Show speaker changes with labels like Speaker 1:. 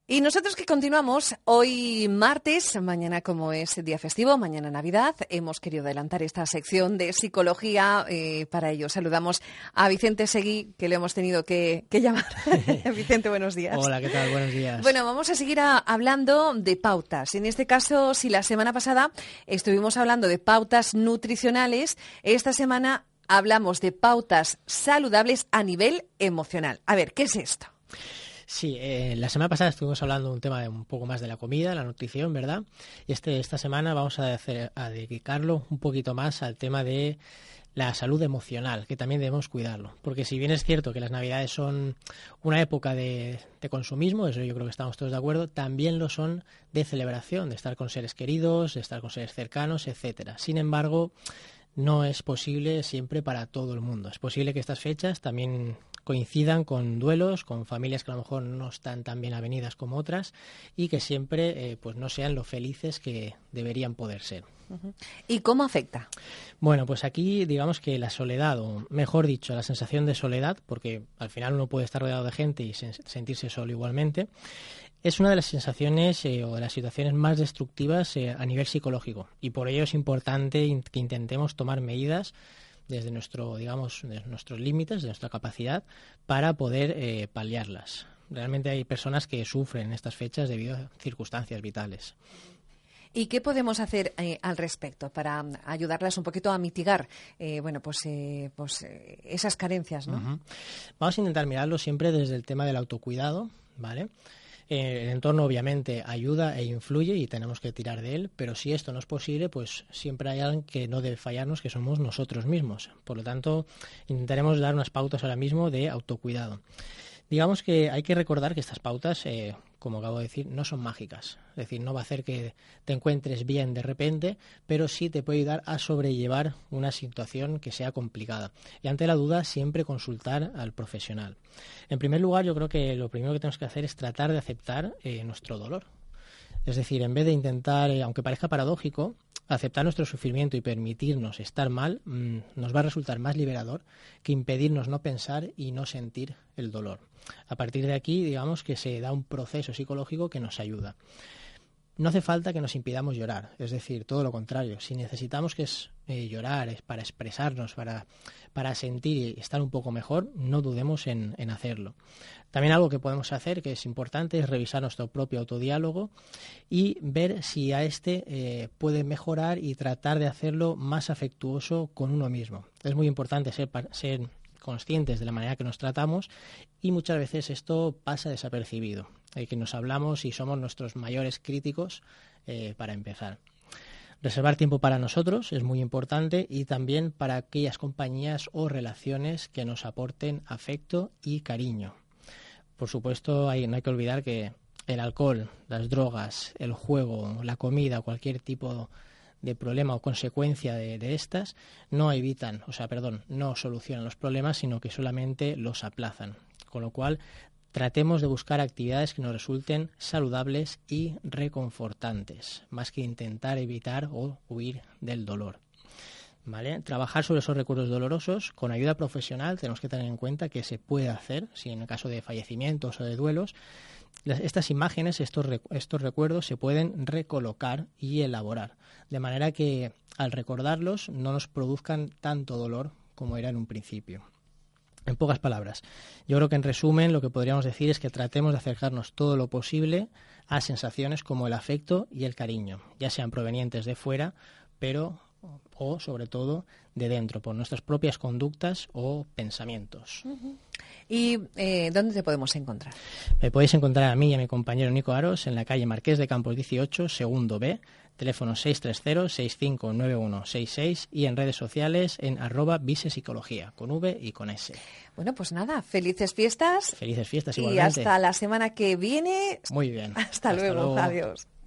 Speaker 1: Y nosotros que continuamos hoy martes, mañana como es día festivo, mañana Navidad, hemos querido adelantar esta sección de psicología. Para ello saludamos a Vicente Seguí, que le hemos tenido que llamar. Vicente, buenos días.
Speaker 2: Hola, ¿qué tal? Buenos días.
Speaker 1: Bueno, vamos a seguir hablando de pautas. En este caso, si la semana pasada estuvimos hablando de pautas nutricionales, esta semana hablamos de pautas saludables a nivel emocional. A ver, ¿qué es esto?
Speaker 2: Sí, la semana pasada estuvimos hablando de un tema un poco más de la comida, la nutrición, ¿verdad? Y esta semana vamos a dedicarlo un poquito más al tema de la salud emocional, que también debemos cuidarlo. Porque si bien es cierto que las Navidades son una época de consumismo, eso yo creo que estamos todos de acuerdo, también lo son de celebración, de estar con seres queridos, de estar con seres cercanos, etcétera. Sin embargo, no es posible siempre para todo el mundo. Es posible que estas fechas también coincidan con duelos, con familias que a lo mejor no están tan bien avenidas como otras y que siempre pues no sean lo felices que deberían poder ser.
Speaker 1: ¿Y cómo afecta?
Speaker 2: Bueno, pues aquí digamos que la soledad, o mejor dicho, la sensación de soledad, porque al final uno puede estar rodeado de gente y sentirse solo igualmente, es una de las sensaciones o de las situaciones más destructivas a nivel psicológico, y por ello es importante que intentemos tomar medidas desde nuestros límites, de nuestra capacidad, para poder paliarlas. Realmente hay personas que sufren en estas fechas debido a circunstancias vitales.
Speaker 1: ¿Y qué podemos hacer al respecto para ayudarlas un poquito a mitigar esas carencias, ¿no?
Speaker 2: Uh-huh. Vamos a intentar mirarlo siempre desde el tema del autocuidado, ¿vale? El entorno obviamente ayuda e influye y tenemos que tirar de él, pero si esto no es posible, pues siempre hay alguien que no debe fallarnos, que somos nosotros mismos. Por lo tanto, intentaremos dar unas pautas ahora mismo de autocuidado. Digamos que hay que recordar que estas pautas, como acabo de decir, no son mágicas. Es decir, no va a hacer que te encuentres bien de repente, pero sí te puede ayudar a sobrellevar una situación que sea complicada. Y ante la duda, siempre consultar al profesional. En primer lugar, yo creo que lo primero que tenemos que hacer es tratar de aceptar nuestro dolor. Es decir, en vez de intentar, aunque parezca paradójico, aceptar nuestro sufrimiento y permitirnos estar mal, nos va a resultar más liberador que impedirnos no pensar y no sentir el dolor. A partir de aquí, digamos que se da un proceso psicológico que nos ayuda. No hace falta que nos impidamos llorar, es decir, todo lo contrario. Si necesitamos llorar es para expresarnos, para sentir y estar un poco mejor, no dudemos en hacerlo. También algo que podemos hacer, que es importante, es revisar nuestro propio autodiálogo y ver si a puede mejorar y tratar de hacerlo más afectuoso con uno mismo. Es muy importante ser conscientes de la manera que nos tratamos y muchas veces esto pasa desapercibido, que nos hablamos y somos nuestros mayores críticos para empezar. Reservar tiempo para nosotros es muy importante y también para aquellas compañías o relaciones que nos aporten afecto y cariño. Por supuesto, no hay que olvidar que el alcohol, las drogas, el juego, la comida, cualquier tipo de problema o consecuencia de estas no solucionan los problemas, sino que solamente los aplazan. Con lo cual, tratemos de buscar actividades que nos resulten saludables y reconfortantes, más que intentar evitar o huir del dolor. ¿Vale? Trabajar sobre esos recuerdos dolorosos con ayuda profesional. Tenemos que tener en cuenta que se puede hacer, si en el caso de fallecimientos o de duelos, estas imágenes, estos recuerdos se pueden recolocar y elaborar, de manera que al recordarlos no nos produzcan tanto dolor como era en un principio. En pocas palabras, yo creo que en resumen lo que podríamos decir es que tratemos de acercarnos todo lo posible a sensaciones como el afecto y el cariño, ya sean provenientes de fuera, o sobre todo de dentro, por nuestras propias conductas o pensamientos.
Speaker 1: Uh-huh. ¿Y dónde te podemos encontrar?
Speaker 2: Me podéis encontrar a mí y a mi compañero Nico Aros en la calle Marqués de Campos 18, segundo B, teléfono 630-659166 y en redes sociales en @visepsicología, con V y con S.
Speaker 1: Bueno, pues nada, felices fiestas.
Speaker 2: Felices fiestas
Speaker 1: y
Speaker 2: igualmente.
Speaker 1: Hasta la semana que viene.
Speaker 2: Muy bien.
Speaker 1: Hasta luego. Adiós.